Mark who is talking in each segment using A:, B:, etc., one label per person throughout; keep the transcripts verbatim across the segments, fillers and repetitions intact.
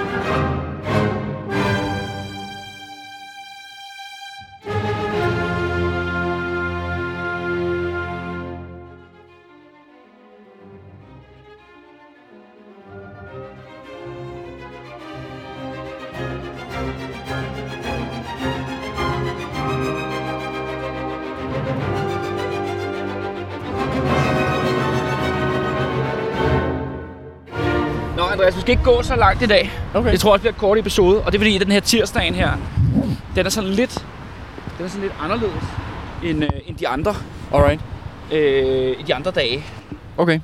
A: Andreas, vi skal ikke gå så langt i dag.
B: Okay.
A: Jeg tror også, det bliver et kort episode, og det er fordi, at den her tirsdagen her, den er sådan lidt, den er sådan lidt anderledes end, øh, end de andre.
B: Alright.
A: Øh, de andre dage.
B: Okay.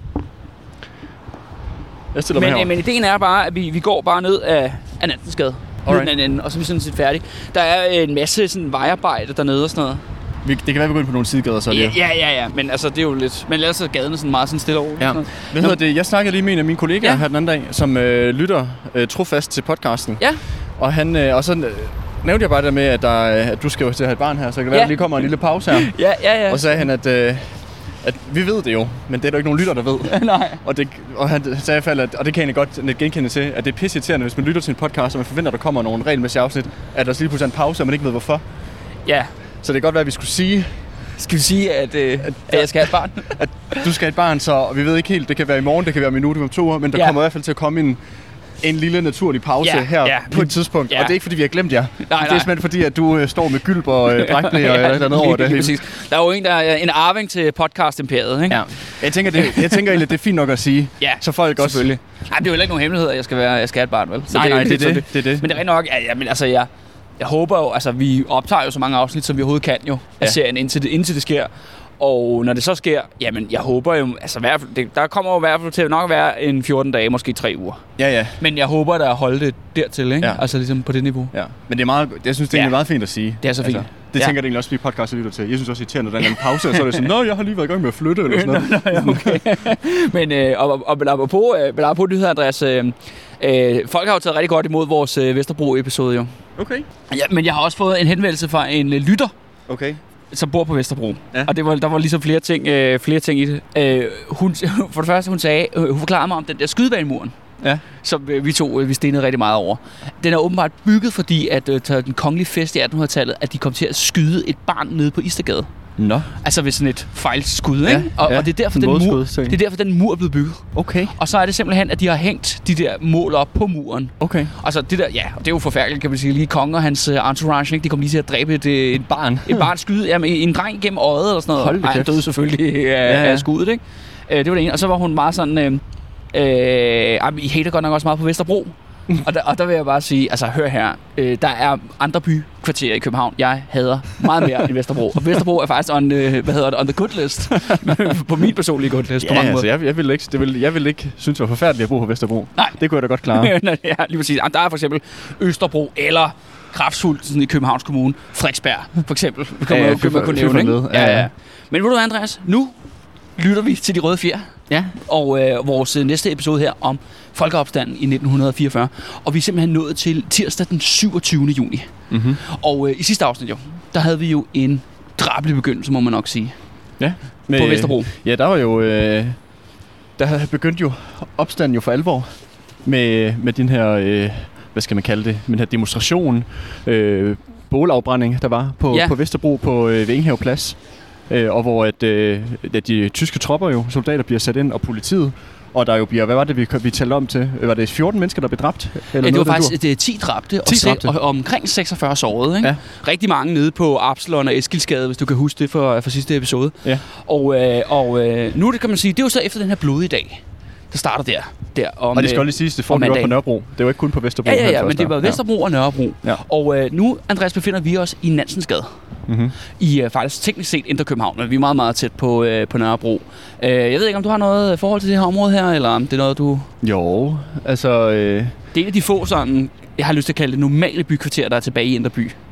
B: Jeg stiller
A: men,
B: mig
A: øh, men ideen er bare, at vi, vi går bare ned af, af Nansensgade. Anden, og så er vi sådan set færdige. Der er en masse sådan vejarbejde dernede og sådan noget.
B: Vi, det kan være, vi går ind på nogle sidegader så lige.
A: Ja, ja, ja, men altså det er jo lidt. Men ellers er gaden sådan meget sådan stille og roligt.
B: Ja. Hvad hedder det? Jeg snakkede lige med en af mine kollegaer ja. her den anden dag, som øh, lytter øh, trofast til podcasten.
A: Ja.
B: Og han øh, og så øh, nævnte jeg bare der med, at, der, at du skal jo til at have et barn her, så kan det være, ja. at lige kommer en lille pause her.
A: ja, ja, ja.
B: Og så sagde han, at, øh, at vi ved det jo, men det er der ikke nogen lytter, der ved.
A: Nej.
B: Og, det, og han sagde i hvert fald, at, og det kan jeg godt genkende til, at det er pisseirriterende, hvis man lytter til en podcast, og man forventer, at der kommer nogle regelmæssige afsnit, at der lige pludselig er en pause, og man ikke ved hvorfor.
A: Ja.
B: Så det kan godt være, at vi skulle sige...
A: Skal vi sige, at, øh, at, at jeg skal have et barn?
B: At du skal have et barn, så vi ved ikke helt, det kan være i morgen, det kan være om en uge, om to uger, men der ja. kommer i hvert fald til at komme en, en lille naturlig pause
A: ja,
B: her
A: ja.
B: på et tidspunkt. Ja. Og det er ikke, fordi vi har glemt jer. Nej,
A: nej.
B: Det er simpelthen fordi, at du øh, står med gylp og øh, brækblæ og ja, eller noget over det hele.
A: Der er jo en, der er en arving til podcast-imperiet, ikke?
B: Ja. Jeg tænker, det, jeg tænker egentlig, det er fint nok at sige.
A: Ja,
B: så folk også...
A: selvfølgelig. Nej, det er jo heller ikke nogen hemmelighed, at jeg skal, være, jeg skal have et barn, vel?
B: Så nej, det, nej, det, det, det, det er det.
A: Men det er rigtig nok, ja, ja, men altså, jeg, jeg håber jo, altså, vi optager jo så mange afsnit, som vi overhovedet kan jo, af ja. serien, indtil det, indtil det sker. Og når det så sker, jamen jeg håber jo, altså hvert fald, det, der kommer jo i hvert fald til nok at være en fjorten dage, måske tre uger.
B: Ja, ja.
A: Men jeg håber, der holde det dertil, ikke?
B: Ja.
A: Altså ligesom på det niveau.
B: Ja. Men det er meget, jeg synes, det er ja. meget fint at sige.
A: Det er så fint. Altså,
B: det
A: ja.
B: tænker jeg egentlig også, vi podcast lytter til. Jeg synes også, irriterende, når der er en pause, og så er det sådan, nå, jeg har lige været i gang med at flytte, eller sådan noget.
A: Nå, nå, okay. men øh, og, og, og på, øh, på nyheder, Andreas, øh, øh, folk har jo taget rigtig godt imod vores øh, Vesterbro-episode, jo.
B: Okay.
A: Ja, men jeg har også fået en henvendelse fra en øh, lytter.
B: Okay.
A: Som bor på Vesterbro.
B: Ja.
A: Og det var, der var ligesom flere ting, øh, flere ting i det. Øh, hun, for det første, hun sagde, øh, hun forklarede mig om den der skydebanemuren,
B: ja.
A: som øh, vi to øh, vi stenede rigtig meget over. Den er åbenbart bygget, fordi at øh, den kongelige fest i attenhundredetallet, at de kom til at skyde et barn nede på Istergade.
B: Nå.
A: Altså ved sådan et fejlskud, ikke?
B: Ja,
A: og,
B: ja.
A: og det er derfor den mur, det er derfor den mur er blevet bygget.
B: Okay.
A: Og så er det simpelthen, at de har hængt de der mål op på muren.
B: Okay.
A: Altså det der, ja, og det er jo forfærdeligt, kan man sige. Lige kongen og hans uh, entourage, ikke? De kom lige til at dræbe et, et barn. Et barn skyde, jamen en dreng gennem øjet eller sådan noget.
B: Hold
A: Ej, han døde selvfølgelig af, ja, ja. af skuddet, ikke? Uh, det var det ene. Og så var hun meget sådan, øh, øh, I hater godt nok også meget på Vesterbro. og, der, og der vil jeg bare sige, altså hør her, øh, der er andre bykvarterer i København, jeg hader meget mere end Vesterbro. Og Vesterbro er faktisk on, øh, hvad hedder det, on the good list. på min personlige good list.
B: Ja,
A: på mange
B: altså,
A: måder.
B: jeg, jeg, vil ikke, det vil, jeg vil ikke synes, det var forfærdeligt at bo på Vesterbro.
A: Nej.
B: Det kunne jeg da godt klare.
A: ja, lige præcis. Der er for eksempel Østerbro eller Kraftsfuldt sådan i Københavns Kommune. Frederiksberg, for eksempel. Det kan
B: ja,
A: man
B: ja,
A: jo kunne nævne, ikke?
B: Ja, ja.
A: Men ved du hvad, Andreas? Nu lytter vi til De Røde Fjer.
B: Ja.
A: Og øh, vores næste episode her om folkeopstanden i nitten fireogfyrre. Og vi er simpelthen nået til tirsdag den syvogtyvende juni.
B: Mm-hmm.
A: Og øh, i sidste afsnit jo, der havde vi jo en drabelig begyndelse, må man nok sige.
B: Ja.
A: Med, på Vesterbro.
B: Ja, der var jo... Øh, der begyndte jo opstanden jo for alvor med, med den her... Øh, hvad skal man kalde det? Med den her demonstration. Øh, bålafbrænding, der var på, ja. på Vesterbro på øh, ved Enghave Plads. Øh, og hvor at, øh, at de tyske tropper jo, soldater bliver sat ind, og politiet, og der jo bliver, hvad var det, vi, vi talte om til? Var det fjorten mennesker, der blev dræbt? Eller
A: ja, det var
B: noget,
A: faktisk det, ti dræbte,
B: ti dræbte.
A: Og, og omkring seksogfyrre sårede, ikke?
B: Ja.
A: Rigtig mange nede på Absalon og Eskildsgade, hvis du kan huske det fra, fra sidste episode.
B: Ja.
A: Og, øh, og øh, nu det kan man sige, det er jo så efter den her blodige dag, der starter der. der om,
B: og det skal lige siges, det foregik op på Nørrebro. Det var ikke kun på Vesterbro.
A: Ja, ja, ja, men det var Vesterbro ja. og Nørrebro.
B: Ja.
A: Og øh, nu, Andreas, befinder vi os i Nansensgade.
B: Mm-hmm.
A: I øh, faktisk teknisk set Indre København, men vi er meget, meget tæt på, øh, på Nørrebro. Øh, jeg ved ikke, om du har noget forhold til det her område her, eller om det er noget, du...
B: Jo, altså... Øh...
A: Det er en af de få sådan, jeg har lyst til at kalde det normale bykvarterer, der er tilbage i Indre By.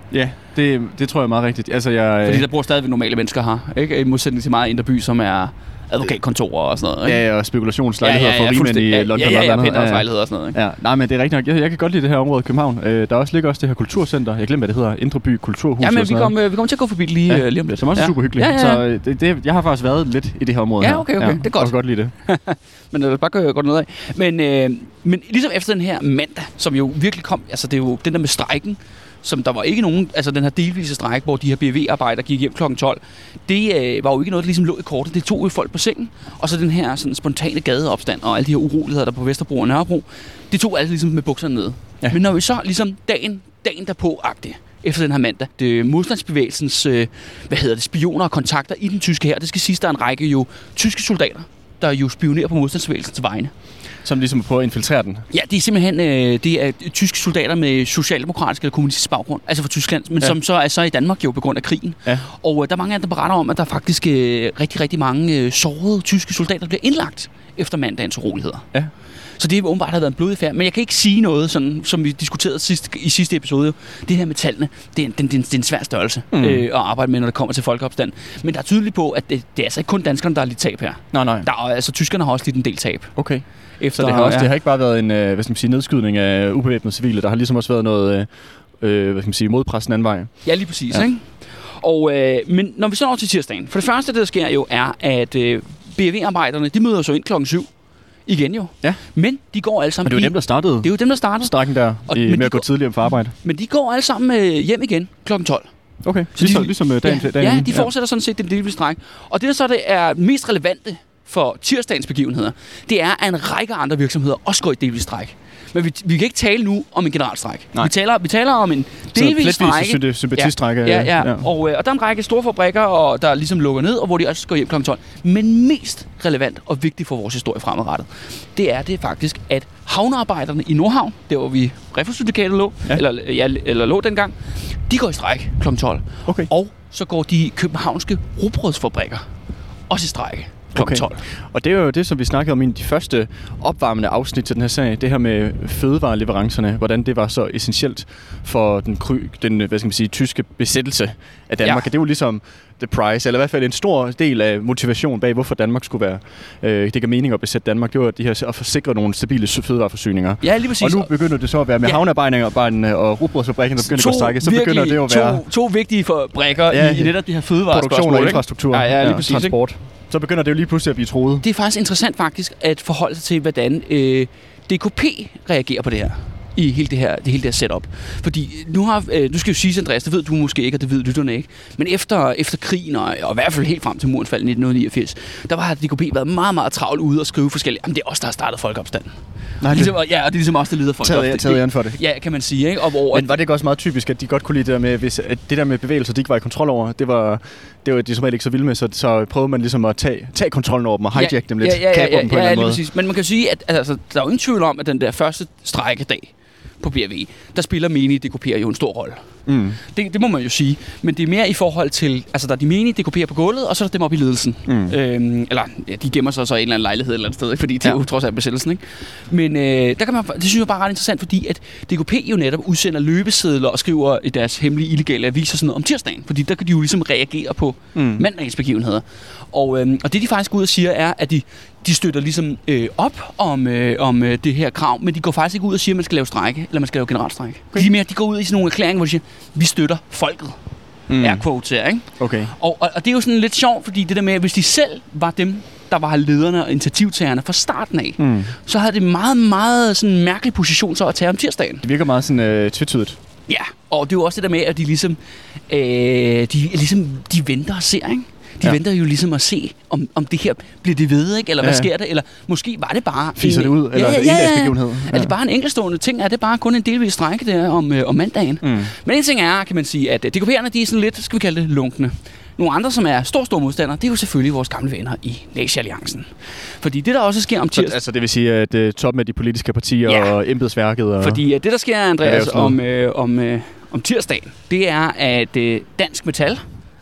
B: Ja, det, det tror jeg er meget rigtigt. Altså, jeg,
A: Fordi der bor stadigvæk normale mennesker her, ikke? I modsætning til meget Indre By, som er advokatkontorer og sådan noget, ikke?
B: Ja, og spekulationslejligheder
A: ja, ja, ja,
B: for rigmænd i
A: ja,
B: London.
A: Ja, ja, ja,
B: og
A: ja, lejligheder og sådan noget, ikke?
B: Ja, nej, men det er rigtigt nok. Jeg, jeg kan godt lide det her område i København. Øh, der også ligger også det her kulturcenter. Jeg glemmer, hvad det hedder. Indre By Kulturhus.
A: Ja, men vi kommer, vi kommer til at gå forbi lige,
B: ja,
A: lige om lidt.
B: Som også er
A: ja.
B: super hyggeligt.
A: Ja, ja, ja.
B: Så det, det, jeg har faktisk været lidt i det her område.
A: Ja, okay, okay.
B: her.
A: Ja, det er godt.
B: Jeg kan godt lide det.
A: Men det er bare godt noget af. Men, øh, men ligesom efter den her mandag, som jo virkelig kom, altså det er jo den der med strejken, som der var ikke nogen, altså den her delvise strejke, hvor de her B V arbejdere gik hjem klokken tolv, det øh, var jo ikke noget, der ligesom lå i kortet. Det tog jo folk på sengen. Og så den her sådan spontane gadeopstand og alle de her uroligheder, der på Vesterbro og Nørrebro, det tog alle ligesom med bukserne nede. Ja. Men når vi så ligesom dagen, dagen derpå-agtigt, efter den her mandag, det modstandsbevægelsens, øh, hvad hedder det, spioner og kontakter i den tyske hær, det skal siges, der er en række jo tyske soldater, der jo spionerer på modstandsbevægelsens vegne.
B: Som ligesom prøver at infiltrere den?
A: Ja, det er simpelthen øh, det er tyske soldater med socialdemokratisk eller kommunistisk baggrund, altså fra Tyskland, men ja. som så er så i Danmark jo på grund af krigen. Ja. Og øh, der er mange af dem, der beretter om, at der faktisk øh, rigtig, rigtig mange øh, sårede tyske soldater bliver indlagt efter mandagens uroligheder. Ja. Så det åbenbart har været en blodig færd. Men jeg kan ikke sige noget, sådan, som vi diskuterede sidst, i sidste episode. Det her med tallene, det er en, det er en, det er en svær størrelse mm. øh, at arbejde med, når det kommer til folkeopstand. Men der er tydeligt på, at det, det er altså ikke kun danskerne, der har lidt tab her.
B: Nej, nej.
A: Der er, altså, tyskerne har også lidt en del tab.
B: Okay. Efter så det har, også, ja. det har ikke bare været en hvad skal man sige, nedskydning af ubevæbnede civile. Der har ligesom også været noget øh, hvad skal man sige, modpres den anden vej.
A: Ja, lige præcis. Ja. Ikke? Og, øh, men når vi så når til tirsdagen. For det første, det der sker jo, er, at øh, B V-arbejderne, de møder så ind klokken syv. Igen jo. Ja. Men de går alle sammen...
B: Men det er jo dem, der startede.
A: Det er jo dem, der startede.
B: Strækken der, og, i, med at gå tidligere på arbejde.
A: Men de går alle sammen øh, hjem igen klokken tolv.
B: Okay, så ligesom, de, ligesom dagen,
A: ja,
B: dagen
A: ja, de fortsætter ja. sådan set den delvise stræk. Og det, der så det er mest relevante for tirsdagens begivenheder, det er, at en række andre virksomheder også går i delvis stræk. Men vi, vi kan ikke tale nu om en generalstræk. Vi taler, vi taler om en delvis strække.
B: Sympatistrække.
A: Ja, ja, ja. ja. Og, øh, og der er en række store fabrikker, og der ligesom lukker ned, og hvor de også går hjem klokken tolv. Men mest relevant og vigtigt for vores historie fremadrettet, det er det faktisk, at havnearbejderne i Nordhavn, der hvor vi Refusyndikatet lå, ja. eller, ja, eller lå dengang, de går i stræk klokken tolv. Okay. Og så går de københavnske rugbrødsfabrikker også i strække.
B: Okay. Og det er jo det, som vi snakkede om i de første opvarmende afsnit til den her sag. Det her med fødevareleverancerne. Hvordan det var så essentielt for den, kry, den hvad skal man sige, tyske besættelse af Danmark. Ja. Det er jo ligesom the price, eller i hvert fald en stor del af motivation bag, hvorfor Danmark skulle være. Øh, det gav mening at besætte Danmark. Det var de her, at forsikre nogle stabile fødevareforsyninger.
A: Ja, lige præcis.
B: Og nu begynder det så at være med ja. havnearbejderne og rugbrødsfabrikken, der begynder to, at gå strække. Så begynder det jo at være...
A: To, to vigtige fabrikker ja, i, i netop de her fødevarespørgsmål.
B: Produktion og infrastruktur.
A: Ja, ja, lige præcis,
B: ja, transport. Ikke? Så begynder det jo lige pludselig at blive troet.
A: Det er faktisk interessant faktisk at forholde sig til, hvordan øh, D K P reagerer på det her. I hele det her, det hele det her setup. Fordi nu har, øh, nu skal jeg jo sige, Andreas, det ved du måske ikke, og det ved lytterne ikke, men efter, efter krigen, og, og i hvert fald helt frem til murens fald i nitten niogfirs, der var D K P været meget, meget travlt ude og skrive forskellige, jamen det er os, der har startet folkeopstanden. Nej, ligesom, og, ja, og det er ligesom også, der leder folkeopstanden.
B: Taget æren for det.
A: Ja, kan man sige, ikke? Og hvor,
B: men var det ikke også meget typisk, at de godt kunne lide det der med, hvis, at det der med bevægelser, de ikke var i kontrol over, det var, det var de som regel ikke så vilde med, så, så prøvede man ligesom at tage, tage kontrollen over dem og hijack ja, dem lidt,
A: ja, ja, ja, ja,
B: dem på
A: ja,
B: en
A: ja,
B: eller anden måde.
A: Præcis. Men man kan sige, at altså, der er jo ingen tvivl om, at den der første strejkedag på B R V, der spiller menige D K P'er jo en stor rolle. Mm. Det, det må man jo sige. Men det er mere i forhold til, altså der er de menige D K P'er på gulvet, og så er der dem op i ledelsen. Mm. Øhm, eller ja, de gemmer sig så i en eller anden lejlighed eller et sted, fordi det ja. er jo trods alt besættelsen, ikke? Men øh, der kan man, det synes jeg bare er ret interessant, fordi at D K P jo netop udsender løbesedler og skriver i deres hemmelige illegale aviser sådan noget om tirsdagen, fordi der kan de jo ligesom reagere på mm. mandagens begivenheder. Og, øhm, og det de faktisk går ud og siger er, at de De støtter ligesom øh, op om, øh, om øh, det her krav, men de går faktisk ikke ud og siger, at man skal lave strejke, eller man skal lave generalstrejke. Okay. De, mere, de går ud i sådan nogle erklæringer, hvor de siger, vi støtter folket. Mm. Er quotes her, ikke? Okay. Og, og, og det er jo sådan lidt sjovt, fordi det der med, at hvis de selv var dem, der var lederne og initiativtagerne fra starten af, mm. så havde det meget, meget sådan en mærkelig position så at tage om tirsdagen.
B: Det virker meget sådan øh, tvetydigt.
A: Ja, og det er jo også det der med, at de ligesom, øh, de, ligesom, de venter og ser, ikke? De ja. venter jo ligesom at se, om, om det her bliver det ved, ikke? Eller hvad ja. sker der? Eller måske var det bare...
B: Fiser det ud? Eller ja, ja, ja, en dagsbegivenhed? Ja.
A: Er det bare en enkeltstående ting? Er det bare kun en delvis strække der om, øh, om mandagen? Mm. Men en ting er, kan man sige, at D K P'erne, de er sådan lidt, skal vi kalde det, lunkne. Nogle andre, som er stor, store modstandere, det er jo selvfølgelig vores gamle venner i Nazi-alliancen. Fordi det, der også sker om tirsdagen...
B: Altså det vil sige, at uh, toppen af de politiske partier ja. og embedsværket og...
A: Fordi uh, det, der sker, Andreas, om, øh, om, øh, om tirsdagen, det er, at øh, Dansk Metal,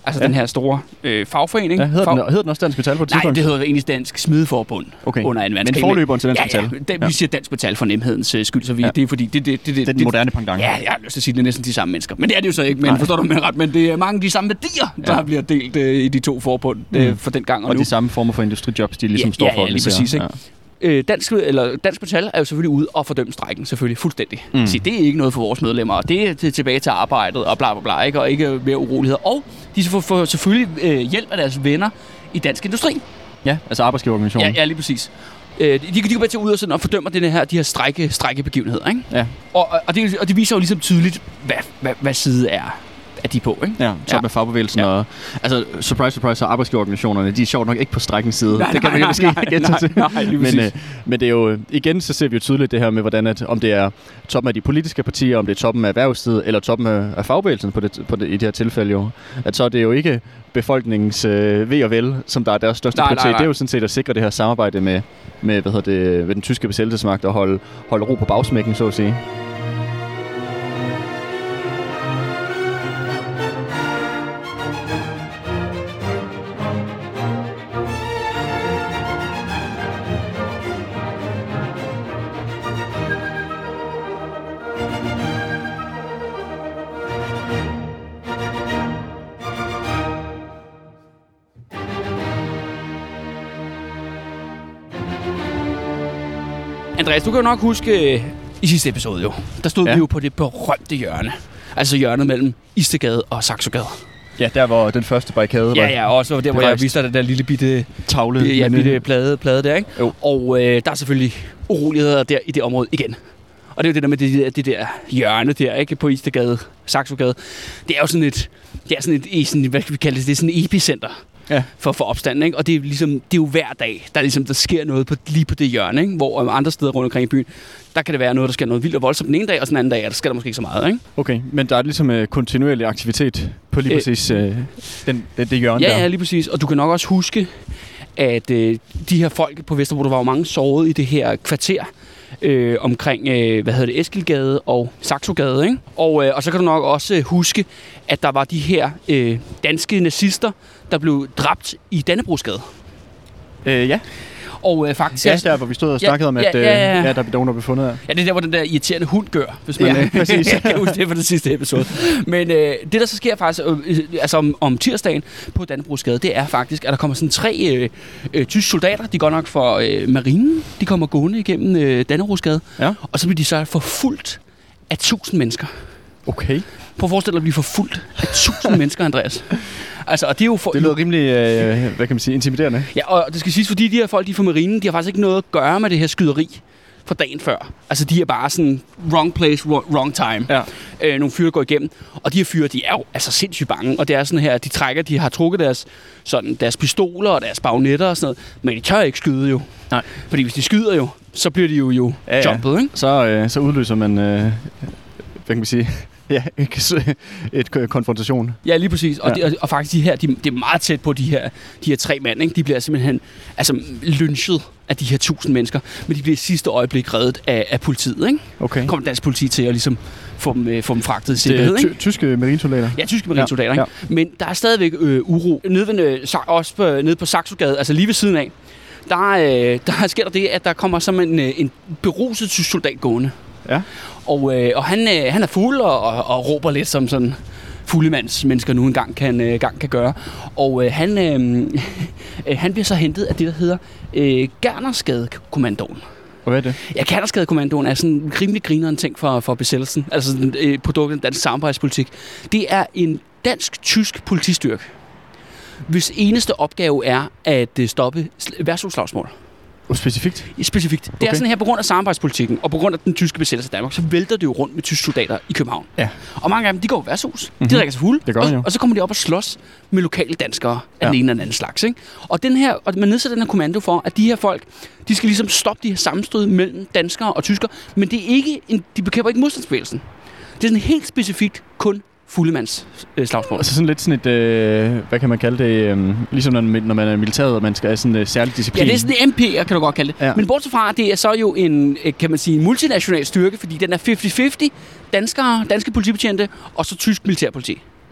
A: Altså ja. den her store øh, fagforening.
B: Ja, hedder,
A: Fag...
B: den, hedder den også Dansk Metal på et tidspunkt?
A: Nej, det hedder egentlig Dansk Smedeforbund
B: okay.
A: under anden verdenskrig.
B: Men forløberen til Dansk
A: ja,
B: Metal?
A: Ja, ja. Vi siger Dansk Metal for nemhedens øh, skyld, så vi, ja. det er fordi... Det, det, det, det,
B: det er den moderne pendant.
A: Ja, jeg har lyst til at sige, det er næsten de samme mennesker. Men det er det jo så ikke, men Nej. forstår du med ret. Men det er mange af de samme værdier, der ja. bliver delt øh, i de to forbund øh, mm. for den gang og,
B: og
A: nu.
B: de samme former for industrijobs, de ligesom
A: ja,
B: står
A: ja,
B: for.
A: Ja, lige præcis, ikke? Ja. Dansk, eller Dansk Metal er jo selvfølgelig ude og fordømme strejken, selvfølgelig fuldstændig. Mm. Så det er ikke noget for vores medlemmer, og det er tilbage til arbejdet og bla bla bla, ikke? Og ikke mere uroligheder. Og de får, får selvfølgelig øh, hjælp af deres venner i Dansk Industri.
B: Ja, altså arbejdsgiverorganisationen.
A: Ja, ja, lige præcis. Øh, de, de går bare til ud og, sådan, og fordømmer den her, de her strække, strækkebegivenheder, ikke? Ja. Og, og, det, og det viser jo ligesom tydeligt, hvad, hvad, hvad side er. Er de på, ikke?
B: Ja, så ja. med fagbevægelsen ja. og... Altså, surprise, surprise, så arbejdsgiverorganisationerne, de er sjovt nok ikke på strækkens side.
A: Nej,
B: det kan
A: nej,
B: man jo måske
A: ikke gætte til. Nej, nej,
B: men, øh, men det er jo... Igen, så ser vi jo tydeligt det her med, hvordan at, om det er toppen af de politiske partier, om det er toppen af erhvervslivet, eller toppen af, af fagbevægelsen på det, på det, i det her tilfælde jo. At så er det jo ikke befolkningens øh, ved og vel, som der er deres største
A: nej,
B: prioritet.
A: Nej, nej.
B: Det er jo sådan set at sikre det her samarbejde med, med, hvad hedder det, med den tyske besættelsesmagt og holde, holde ro på bagsmækken, så at sige.
A: Andreas, du kan jo nok huske i sidste episode jo, der stod ja. vi jo på det berømte hjørne. Altså hjørnet mellem Istedgade og Saxogade.
B: Ja, der hvor den første barrikade var.
A: Ja, ja, også der hvor jeg viste dig den der lille bitte
B: tavle,
A: ja, bitte plade, plade der, ikke? Jo. Og øh, der er selvfølgelig uroligheder der i det område igen. Og det er jo det der med det, det der hjørne der, ikke, på Istedgade, Saxogade. Det er jo sådan et, det er sådan et, sådan, hvad kan vi kalde det, det er sådan et epicenter. Ja. For, for opstanden, ikke? Og det er, ligesom, det er jo hver dag, der, ligesom, der sker noget på, lige på det hjørne, ikke? Hvor andre steder rundt omkring i byen, der kan det være noget, der sker noget vildt og voldsomt den ene dag, og den anden dag, der sker der måske ikke så meget, ikke?
B: Okay, men der er ligesom uh, kontinuerlig aktivitet på lige præcis uh, den, det, det hjørne
A: ja,
B: der.
A: Ja, lige præcis. Og du kan nok også huske, at uh, de her folk på Vesterbro, der var jo mange såret i det her kvarter, Øh, omkring, øh, hvad hedder det, Eskilgade og Saxogade, ikke? Og, øh, og så kan du nok også øh, huske, at der var de her øh, danske nazister, der blev dræbt i Dannebrogsgade.
B: Øh, ja.
A: Og øh, faktisk...
B: Ja, der hvor vi stod og snakkede ja, om, at ja, ja, ja. Øh, ja, der blev nogen, der blev fundet af.
A: Ja, det er der, hvor den der irriterende hund gør, hvis man
B: ja,
A: øh,
B: præcis.
A: kan huske det fra det sidste episode. Men øh, det, der så sker faktisk øh, altså om, om tirsdagen på Dannebrogsgade, det er faktisk, at der kommer sådan tre øh, øh, tyske soldater, de går nok for øh, marinen, de kommer gående igennem øh, Dannebrogsgade, ja. Og så bliver de så forfulgt af tusind mennesker.
B: Okay.
A: Prøv at forestille dig at blive forfulgt af tusind mennesker, Andreas. Altså, og det er jo for,
B: det lyder rimelig, øh, hvad kan man sige, intimiderende.
A: Ja, og det skal siges, fordi de her folk, de er fra marinen, de har faktisk ikke noget at gøre med det her skyderi fra dagen før. Altså, de er bare sådan wrong place, wrong time. Ja. Øh, nogle fyre går igennem, og de her fyre, de er jo altså sindssygt bange, og det er sådan her, de trækker, de har trukket deres, sådan, deres pistoler og deres bagnetter og sådan noget, men de tør ikke skyde jo. Nej. Fordi hvis de skyder jo, så bliver de jo, jo ja, ja. jumpet, ikke?
B: Så, øh, så udløser man, øh, hvad kan man sige... Ja, et konfrontation.
A: Ja, lige præcis. Og, ja. de, og, og faktisk de her, de, det er meget tæt på de her, de her tre mænd, ikke? De bliver simpelthen altså, lynchet af de her tusind mennesker, men de bliver i sidste øjeblik reddet af, af politiet, ikke? Okay. Kommer dansk politi til at ligesom få dem, øh, få dem fragtet i sikkerhed, ikke?
B: Tyske marinesoldater.
A: Ja, tyske marinesoldater, ja. Ikke? Ja. Men der er stadigvæk øh, uro. Nede, ved, også på, nede på Saxogade, altså lige ved siden af, der, øh, der sker der det, at der kommer som en, en beruset tysk soldat gående. Ja. Og, øh, og han, øh, han er fuld og, og, og råber lidt som sådan fuldemandsmennesker nu engang kan, øh, gang kan gøre. Og øh, han, øh, han bliver så hentet af det, der hedder øh, Gernersgade-kommandoen.
B: Og hvad er det?
A: Ja, Gernersgade-kommandoen er sådan en rimelig grinerende ting for, for besættelsen. Altså sådan et øh, produkt af den danske samarbejdspolitik. Det er en dansk-tysk politistyrke, hvis eneste opgave er at øh, stoppe værtshusslagsmål.
B: Specifikt?
A: Specifikt. Okay. Det er sådan her, på grund af samarbejdspolitikken og på grund af den tyske besættelse af Danmark, så vælter det jo rundt med tyske soldater i København. Ja. Og mange af dem, de går i værtshus. Mm-hmm. De drikker sig fulde.
B: Det gør
A: og, og så kommer de op og slås med lokale danskere af ja. den ene eller anden slags. Ikke? Og, den her, og man nedsætter den her kommando for, at de her folk, de skal ligesom stoppe de her sammenstød mellem danskere og tyskere, men det er ikke en, de bekæmper ikke modstandsbevægelsen. Det er sådan helt specifikt kun fuldemands øh, slagsmål.
B: Altså sådan lidt sådan et, øh, hvad kan man kalde det, øh, ligesom når, når man er militæret, og man skal have sådan en øh, særlig disciplin.
A: Ja, det er sådan en M P'er, kan du godt kalde det. Ja. Men bortset fra, det er så jo en, kan man sige, multinational styrke, fordi den er halvtreds halvtreds danskere, danske politibetjente, og så tysk militærpoliti.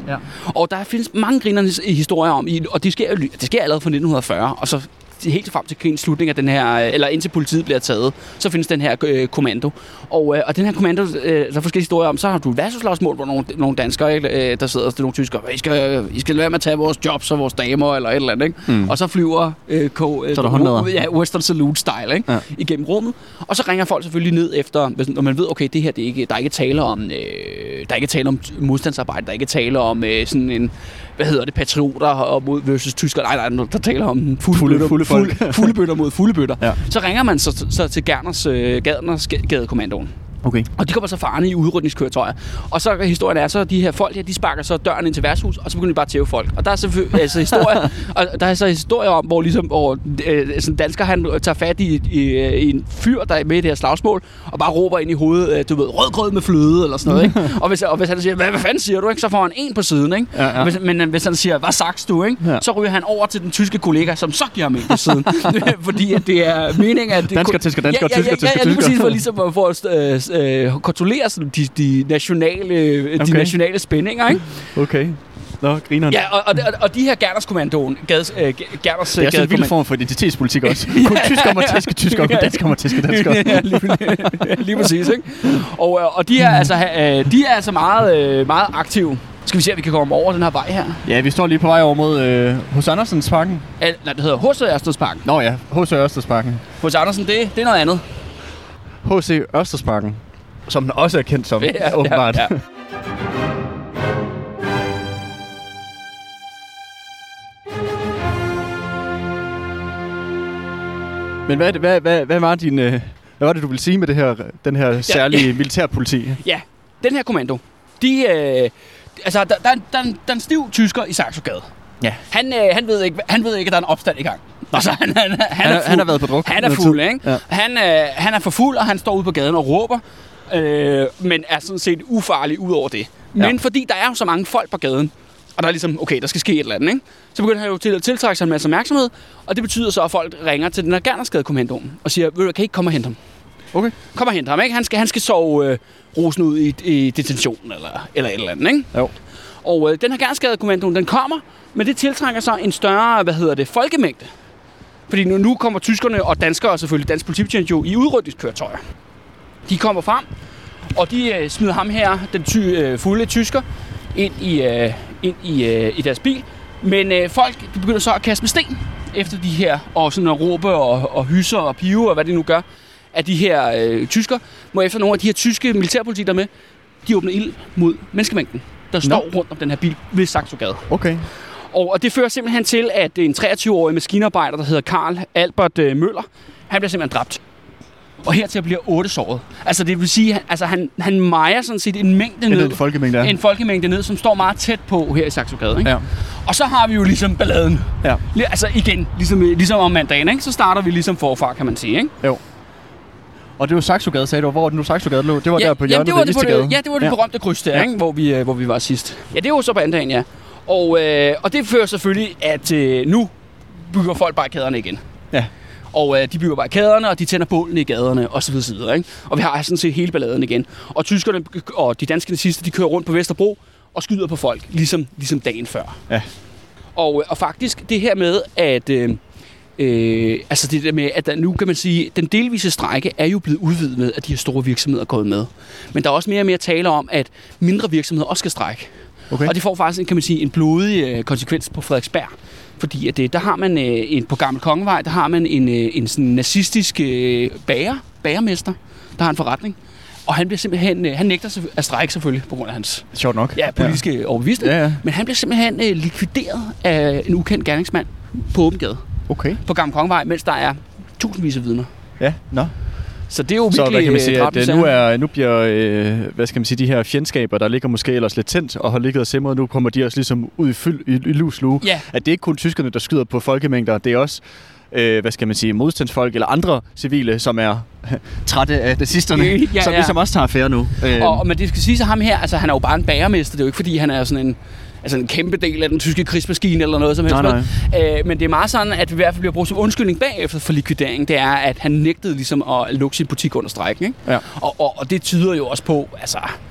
A: Ja. Og der findes mange grinerende historier om, og det sker, det sker allerede fra nitten fyrre, og så helt frem til krigens slutning af den her, eller indtil politiet bliver taget, så findes den her øh, kommando. Og, øh, og den her kommando, øh, der er forskellige historier om, så har du et værtslagsmål, hvor nogle, nogle danskere, øh, der sidder, og nogle tyskere, I skal, I skal lade være med at tage vores jobs og vores damer, eller et eller andet, ikke? Mm. Og så flyver øh, K, øh,
B: så der
A: ja, Western Salute-style, ikke? Ja. Igennem rummet. Og så ringer folk selvfølgelig ned efter, når man ved, okay, det her, det er ikke, der er ikke tale om, øh, der er ikke tale om modstandsarbejde, der er ikke tale om øh, sådan en, hvad hedder det, patrioter og mod versus tyskere. Nej, nej, der taler om fulde, fulde, bøtter, fulde, folk. Fulde, fulde bøtter mod fulde bøtter. Ja. Så ringer man så, så til Gerners, øh, Gerners gadekommandoen.
B: Okay.
A: Og de kommer så farne i udrykningskøretøjer. Og så historien er så, at de her folk her, de sparker så døren ind til værtshus, og så begynder de bare at tæve folk. Og der er selvfølgelig altså historier, og der er så historier om, hvor ligesom hvor, øh, sådan dansker han tager fat i, i, i en fyr, der er med i det her slagsmål, og bare råber ind i hovedet, øh, du ved, rødgrød med fløde eller sådan noget, ikke? og, hvis, og hvis han siger, hvad, hvad fanden siger du, ikke? Så får han en på siden, ikke? Ja, ja. Hvis, men hvis han siger, hvad sagst du, ikke? Ja. Så ryger han over til den tyske kollega, som så giver ham en på siden. Fordi at det er meningen, at det
B: dansker, tysker, dansker,
A: ja, ja,
B: tysker,
A: ja, ja,
B: tysker,
A: ja, lige præcis for ligesom at få øh, øh, kontrollere sådan, de, de, nationale, okay. de nationale spændinger, ikke?
B: Okay. Nå, grineren.
A: Ja, og, og, og de her Gerners-kommandoen, Gerners, øh, Gerners
B: det er sådan en vild form for identitetspolitik også. Kun tysker må tæske tysker, kun dansker må tæske dansker.
A: Ja, lige, lige præcis, ikke? Og, og de, her, altså, de er altså meget, meget aktive. Skal vi se, at vi kan komme over den her vej her?
B: Ja, vi står lige på vej over mod øh, H C Andersensparken.
A: Ja, nej, det hedder H C Ørstedsparken.
B: Nå ja, H C Ørstedsparken.
A: H C Andersen, det, det er noget andet.
B: H C Ørstedsparken, som den også er kendt som, ja, åbenbart. Ja, ja. Men hvad, hvad, hvad, hvad var din, hvad var det, du ville sige med det her, den her særlige ja, ja. militærpoliti?
A: Ja, den her kommando, de, øh, altså, der, der, der, der er en stiv tysker i Saxogade. Ja. Han, øh, han, ved ikke, han ved ikke, at der er en opstand i gang. Altså, han, han, han,
B: han, er han har været på druk.
A: Han er fuld, ikke? Ja. Han, øh, han er for fuld, og han står ude på gaden og råber, øh, men er sådan set ufarlig ud over det. Men ja. fordi der er jo så mange folk på gaden, og der er ligesom, okay, der skal ske et eller andet, ikke? Så begynder han jo til at tiltrække sig en masse opmærksomhed, og det betyder så, at folk ringer til den her Gernersgade-kommandoen og siger, ved du, kan I ikke komme og hente ham?
B: Okay.
A: Kom og hente ham, ikke? Han skal, han skal sove øh, rosen ud i, i detentionen, eller, eller et eller andet, ikke?
B: Jo.
A: Og øh, den her Gernersgade-kommandoen, den kommer, men det tiltrækker så en større, hvad hedder det, folkemængde. Fordi nu, nu kommer tyskerne og danskere, og selvfølgelig dansk politibetjent jo, i udrykningskøretøjer. De kommer frem, og de øh, smider ham her, den ty, øh, fulde tysker, ind i, øh, ind i, øh, i deres bil. Men øh, folk de begynder så at kaste med sten efter de her, og sådan at råbe og, og hysse og pive, og hvad de nu gør, at de her øh, tysker, må efter nogle af de her tyske militærpoliti, der med, de åbner ild mod menneskemængden, der står no. rundt om den her bil ved Saxogade.
B: Okay.
A: Og, og det fører simpelthen til, at en treogtyve-årig maskinarbejder, der hedder Karl Albert øh, Møller, han bliver simpelthen dræbt. Og hertil bliver otte såret. Altså det vil sige, altså han, han mejer sådan set en mængde ned.
B: En folkemængde, ja.
A: En folkemængde ned, som står meget tæt på her i Saxogade, ikke? Ja. Og så har vi jo ligesom balladen. Ja. Altså igen, ligesom, ligesom om mandagen, ikke? Så starter vi ligesom forfra, kan man sige, ikke?
B: Jo. Og det var Saxogade, sagde du. Hvor var det nu Saxogade lå? Det var ja, der på hjørnet af Listegade.
A: Ja, det var det ja. berømte kryds der, ja. ikke? Hvor vi, hvor vi var sidst. Ja, det var så på anden dagen, ja. Og, øh, og det fører selvfølgelig, at øh, nu bygger folk barrikaderne igen. Ja. Og øh, de bygger barrikaderne, og de tænder bålene i gaderne, og så videre, så videre, ikke? Og vi har sådan set hele balladen igen. Og tyskerne og de danske nazister, de kører rundt på Vesterbro og skyder på folk, ligesom, ligesom dagen før. Ja. Og, og faktisk det her med, at... Øh, Øh, altså det der med, at der, nu kan man sige, den delvise strejke er jo blevet udvidet med, at de her store virksomheder er gået med. Men der er også mere og mere tale om, at mindre virksomheder også skal strejke. Okay. Og det får faktisk, kan man sige, en blodig øh, konsekvens på Frederiksberg. Fordi at, øh, der har man øh, en, på Gammel Kongevej, der har man en, øh, en sådan nazistisk øh, bager, bagermester, der har en forretning. Og han bliver simpelthen, øh, han nægter at strejke selvfølgelig, på grund af hans
B: sjovt nok.
A: Ja, politiske ja. overbevisning. Ja, ja. Men han bliver simpelthen øh, likvideret af en ukendt gerningsmand på åben gade. Okay. På Gammel Kongevej, mens der er tusindvis af vidner.
B: Ja, nå. No.
A: Så det er jo
B: så
A: virkelig...
B: Så kan man sige, at øh, nu, er, nu bliver, øh, hvad skal man sige, de her fjendskaber, der ligger måske ellers lidt tændt og har ligget og simret, nu kommer de også ligesom ud i, fyld, i, i lus lue. Ja. At det er ikke kun tyskerne, der skyder på folkemængder, det er også, øh, hvad skal man sige, modstandsfolk eller andre civile, som er trætte af nazisterne, ja, ja. som ligesom også tager affære nu.
A: Og, og men det skal sige så ham her, altså han er jo bare en bagermester, det er jo ikke fordi han er sådan en... Altså en kæmpe del af den tyske krigsmaskine eller noget som helst. Nej, nej. Øh, men det er meget sådan, at det i hvert fald bliver brugt som undskyldning bagefter for likvidering. Det er, at han nægtede ligesom at lukke sin butik under strejken. Ikke? Ja. Og, og, og det tyder jo også på, altså...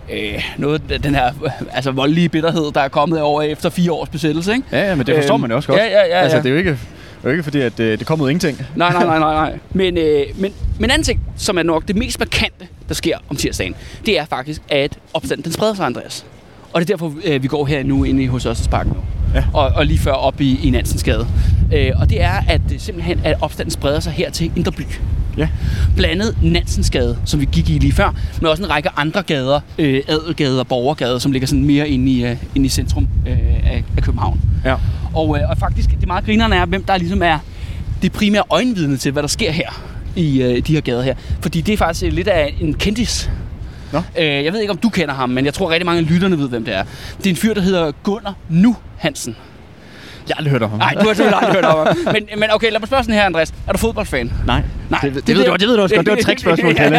A: øh, noget af den her altså voldelige bitterhed, der er kommet over efter fire års besættelse, ikke?
B: Ja, ja, men det forstår øhm, man jo også godt.
A: Ja, ja, ja, ja.
B: Altså, det er jo ikke, det er jo ikke fordi, at øh, det kommer ud af ingenting.
A: Nej, nej, nej, nej, nej. Men, øh, men, men anden ting, som er nok det mest markante, der sker om tirsdagen, det er faktisk, at opstanden den spreder sig, Andreas. Og det er derfor, øh, vi går her nu inde i hos Ørstedsparken nu. Ja. Og, og lige før op i, i Nansensgade. Øh, og det er, at simpelthen, at opstanden spreder sig her til Indre By.
B: Ja.
A: Blandet Nansensgade, som vi gik i lige før, men også en række andre gader, øh, Adelgade og Borgergade, som ligger sådan mere inde i, uh, inde i centrum øh, af, af København. Ja. Og, øh, og faktisk, det meget grinerne er, hvem der ligesom er det primære øjenvidne til, hvad der sker her i øh, de her gader her. Fordi det er faktisk lidt af en kendis. Nå. Øh, jeg ved ikke, om du kender ham, men jeg tror rigtig mange af lytterne ved, hvem det er. Det er en fyr, der hedder Gunnar Nu Hansen.
B: Jeg har aldrig hørt om ham.
A: Nej, du har selvfølgelig aldrig hørt om ham. Men, men okay, lad mig spørge sådan her, Andreas. Er du fodboldfan?
B: Nej.
A: Nej.
B: Det, det, det, ved, du, det ved du også godt. Det var et trickspørgsmål, Kalle.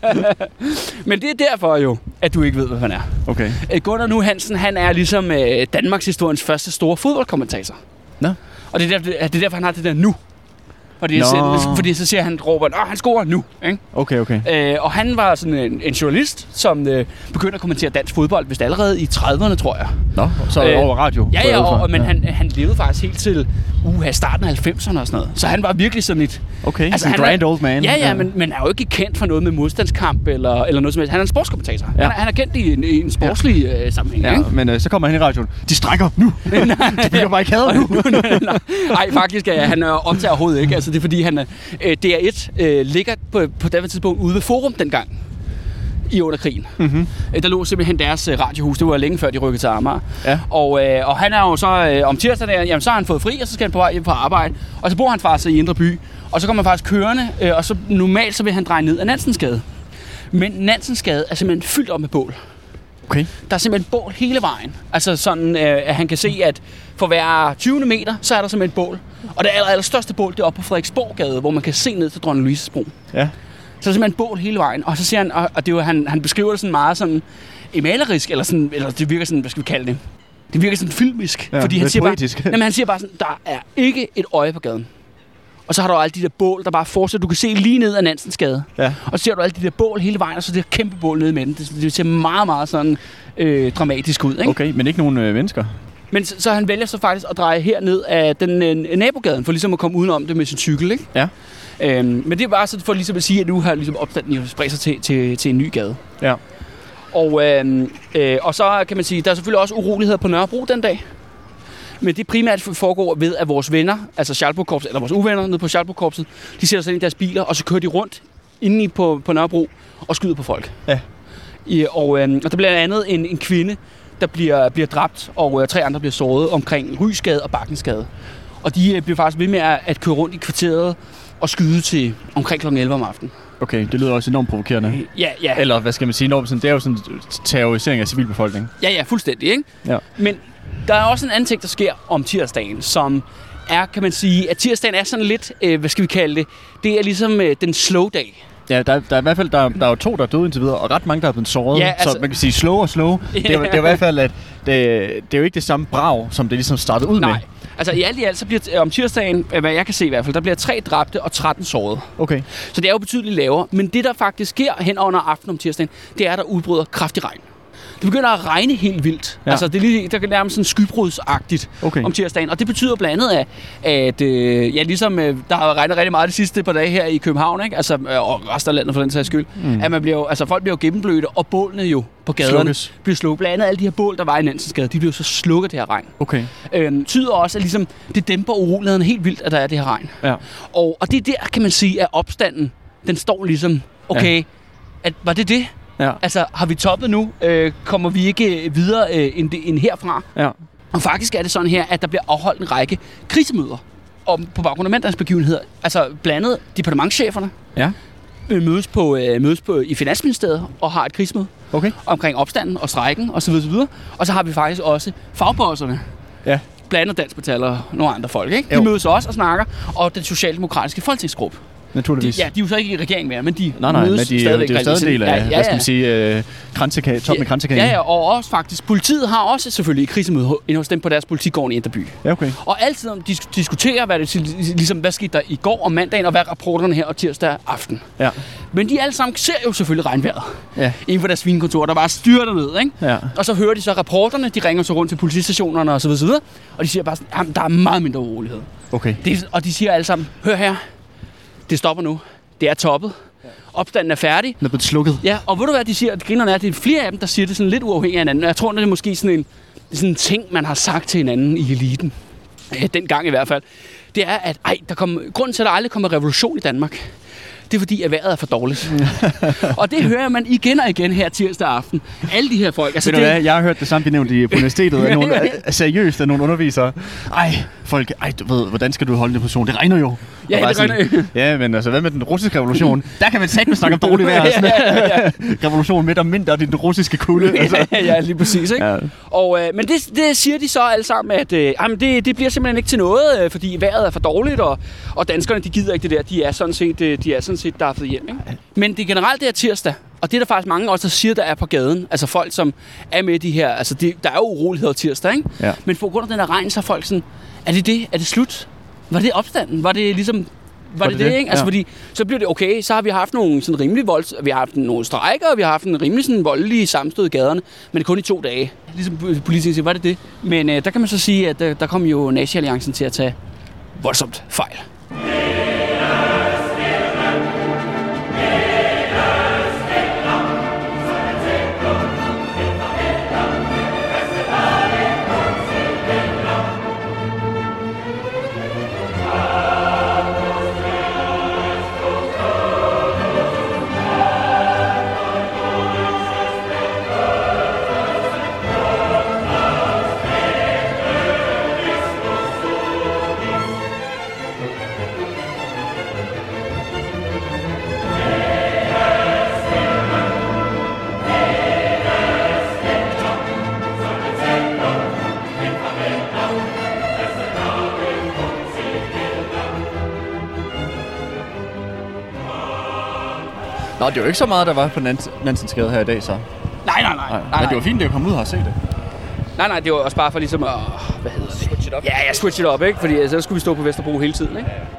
A: Men det er derfor jo, at du ikke ved, hvad han er.
B: Okay.
A: Gunnar Nu Hansen, han er ligesom øh, Danmarks historiens første store fodboldkommentator. Nå. Og det er, derfor, det er derfor, han har det der nu. Fordi, så, fordi så siger han, råber, åh, han scorer nu. Ikke?
B: Okay, okay.
A: Øh, og han var sådan en, en journalist, som øh, begyndte at kommentere dansk fodbold, vist allerede i trediverne, tror jeg.
B: Nå, så øh, over radio?
A: Ja, ja, og, men ja. Han, han levede faktisk helt til uh, starten af halvfemserne og sådan noget. Så han var virkelig sådan et...
B: Okay, altså, en grand old man.
A: Ja, ja, men, men er jo ikke kendt for noget med modstandskamp eller, eller noget som helst. Han er en sportskommentator. Ja. Han, er, han er kendt i en, i en sportslig ja. øh, sammenhæng.
B: Ja,
A: ikke?
B: men øh, så kommer han i radioen. De strækker nu! De bliver bare ikke hadet nu!
A: Nej, faktisk er han øh, optager overhovedet ikke. Altså, det er fordi, han øh, D R et øh, ligger på, på det tidspunkt ude ved Forum dengang. I under krigen. Mm-hmm. Der lå simpelthen deres øh, radiohus. Det var længe før de rykkede til Amager. Ja. Og, øh, og han er jo så øh, om tirsdagen der, jamen så har han fået fri, og så skal han på vej hjem på arbejde. Og så bor han faktisk i Indre By. Og så kommer han faktisk kørende, øh, og så normalt så vil han dreje ned ad Nansensgade. Men Nansensgade er simpelthen fyldt op med bål.
B: Okay.
A: Der er simpelthen bål hele vejen. Altså sådan, øh, at han kan se, at for hver tyvende meter, så er der simpelthen bål. Og det aller, aller største bål, det er oppe på Frederiksborggade, hvor man kan se ned til Dronning Louises Bro. Ja. Så er der simpelthen bål hele vejen. Og så siger han, og det er jo, han, han beskriver det sådan meget sådan malerisk, eller sådan, eller det virker sådan, hvad skal vi kalde det? Det virker sådan filmisk.
B: Ja,
A: fordi han siger,
B: poetisk.
A: bare, jamen, han siger bare sådan, der er ikke et øje på gaden. Og så har du alle de der bål, der bare fortsætter. Du kan se lige ned ad Nansensgade. Ja. Og så ser du alle de der bål hele vejen, og så det der kæmpe bål nede i midten. Det, det ser meget, meget sådan øh, dramatisk ud. Ikke?
B: Okay, men ikke nogen øh, mennesker?
A: Men så, så han vælger så faktisk at dreje her ned af den øh, nabogaden, for ligesom at komme udenom det med sin cykel. Ikke? Ja. Øhm, men det er bare så for ligesom at sige, at nu har ligesom opstanden spredt sig til, til, til en ny gade. Ja. Og, øh, øh, og så kan man sige, der er selvfølgelig også uroligheder på Nørrebro den dag. Men det primært foregår ved, at vores venner, altså Schalburg-korpset, eller vores uvenner nede på Schalburg-korpset, de sætter sig ind i deres biler, og så kører de rundt inde på, på Nørrebro og skyder på folk. Ja. I, og, øh, og der bliver andet en, en kvinde, der bliver, bliver dræbt, og øh, tre andre bliver såret omkring Rysgade og Bakkensgade. Og de øh, bliver faktisk ved med at, at køre rundt i kvarteret og skyde til omkring klokken elleve om aftenen.
B: Okay, det lyder også enormt provokerende.
A: Ja, ja.
B: Eller hvad skal man sige, enormt, det er jo sådan en terrorisering af civilbefolkningen.
A: Ja, ja, fuldstændig, ikke? Ja. Men der er også en anden ting, der sker om tirsdagen, som er, kan man sige, at tirsdagen er sådan lidt, øh, hvad skal vi kalde det, det er ligesom øh, den slow dag.
B: Ja, der, der er i hvert fald der, der er jo to, der er døde indtil videre, og ret mange, der er blevet såret. Ja, altså, så man kan sige slow og slow. Ja. Det, er, det er i hvert fald, at det, det er jo ikke det samme brag, som det ligesom startede ud
A: Nej.
B: med.
A: Altså i alt i alt, så bliver om tirsdagen, hvad jeg kan se i hvert fald, der bliver tre dræbte og tretten såret. Okay. Så det er jo betydeligt lavere. Men det, der faktisk sker hen under aften om tirsdagen, det er, at der udbryder kraftig regn. Det begynder at regne helt vildt. Ja. Altså, det er lige, der kan nærmest sådan skybrudsagtigt okay. om tirsdagen. Og det betyder blandt andet, at, at øh, ja, ligesom øh, der har regnet rigtig meget de sidste par dage her i København, ikke? Altså, øh, og resten af landet for den sags skyld, mm. at man bliver jo, altså, folk bliver jo gennemblødte, og bålene jo på gaderne Slukkes. bliver slukket. Blandt andet alle de her bål, der var i Nansensgade, de bliver så slukket det her regn. Okay. Øh, tyder også, at ligesom, det dæmper uroligheden helt vildt, at der er det her regn. Ja. Og, og det er der, kan man sige, at opstanden, den står ligesom, okay, ja. at, var det det? Ja. Altså, har vi toppet nu? Øh, kommer vi ikke videre øh, end, det, end herfra? Ja. Og faktisk er det sådan her, at der bliver afholdt en række krisemøder om, på baggrund af mandagens begivenheder. Altså, blandet departementscheferne ja. øh, mødes, på, øh, mødes på, i Finansministeriet og har et krisemøde okay. omkring opstanden og strejken osv. osv. Og så har vi faktisk også fagbosserne. Ja. Blandt andet Dansk Metal og nogle andre folk. Ikke? De jo. mødes også og snakker. Og den socialdemokratiske folketingsgruppe.
B: naturligvis.
A: De, ja, de er jo så ikke i regering mere, men de
B: nej, nej,
A: mødes
B: men de,
A: stadigvæk.
B: Det er jo stadig en del af,
A: ja, ja, ja.
B: hvad skal man sige, øh, kransekage, top med kransekagen.
A: Ja, ja, og også faktisk, politiet har også selvfølgelig et krisemøde inde hos dem på deres politigård i Indre By.
B: Ja, okay.
A: Og altid om de diskuterer, hvad det ligesom, hvad skete der i går om mandagen, og hvad rapporterne her og tirsdag aften.
B: Ja.
A: Men de alle sammen ser jo selvfølgelig regnvejret.
B: Ja.
A: Inden for deres svinekontor, der bare styrter ned, ikke?
B: Ja.
A: Og så hører de så rapporterne, de ringer så rundt til politistationerne og så videre, så videre, og de siger bare sådan, jamen, der er meget mindre urolighed.
B: Okay.
A: Det, og de siger alle sammen, hør her, det stopper nu. Det er toppet. Opstanden er færdig.
B: Den er blevet slukket.
A: Ja, og ved du hvad de siger? Grinerne er, at det er flere af dem, der siger det sådan lidt uafhængigt af hinanden. Jeg tror, det er måske sådan en, sådan en ting, man har sagt til hinanden i eliten. Den gang i hvert fald. Det er, at ej, der kom, grunden til, at der aldrig kommer revolution i Danmark, det er fordi, at vejret er for dårligt. Og det hører man igen og igen her tirsdag aften. Alle de her folk. Altså,
B: Ved du
A: det...
B: hvad, jeg har hørt det samme, de nævnte på universitetet. Af nogle, af, seriøst af nogle undervisere. Ej, folk, ej, du ved, hvordan skal du holde det position? Det regner jo.
A: Ja, det regner jo.
B: Ja, men altså, hvad med den russiske revolution? Der kan man satme snakke om dårligt vejr. Sådan, ja, ja, ja. Revolution midt om vinter, den russiske kulde. Altså.
A: Ja, ja, lige præcis. Ikke? Ja. Og, øh, men det, det siger de så alle sammen, at øh, jamen det, det bliver simpelthen ikke til noget, øh, fordi vejret er for dårligt, og, og danskerne, de gider ikke det der. De er sådan set, øh, de er sådan set daffet hjem. Ikke? Men det generelt det er tirsdag, og det er der faktisk mange også, der siger, der er på gaden. Altså folk, som er med de her, altså det, der er jo uroligheder tirsdag, ikke? Ja. Men på grund af den her regn, så er folk sådan, er det det? Er det slut? Var det opstanden? Var det ligesom... Var, var det det, det ikke? Altså, ja. Fordi så bliver det okay, så har vi haft nogle sådan rimelig volds... Vi har haft nogle strejker, og vi har haft en rimelig sådan voldelige sammenstød i gaderne, men kun i to dage. Ligesom politikerne siger, var det det? Men øh, der kan man så sige, at øh, der kom jo Nazi-alliancen til at tage voldsomt fejl.
B: Nå, det er jo ikke så meget, der var på Nansensgade her i dag, så.
A: Nej, nej, nej. nej, nej.
B: Men det var fint, at komme ud her og se det.
A: Nej, nej, det var også bare for ligesom at... Hvad hedder det?
B: Switch it up.
A: Ja, ja, switch it up, ikke? Fordi så skulle vi stå på Vesterbro hele tiden, ikke?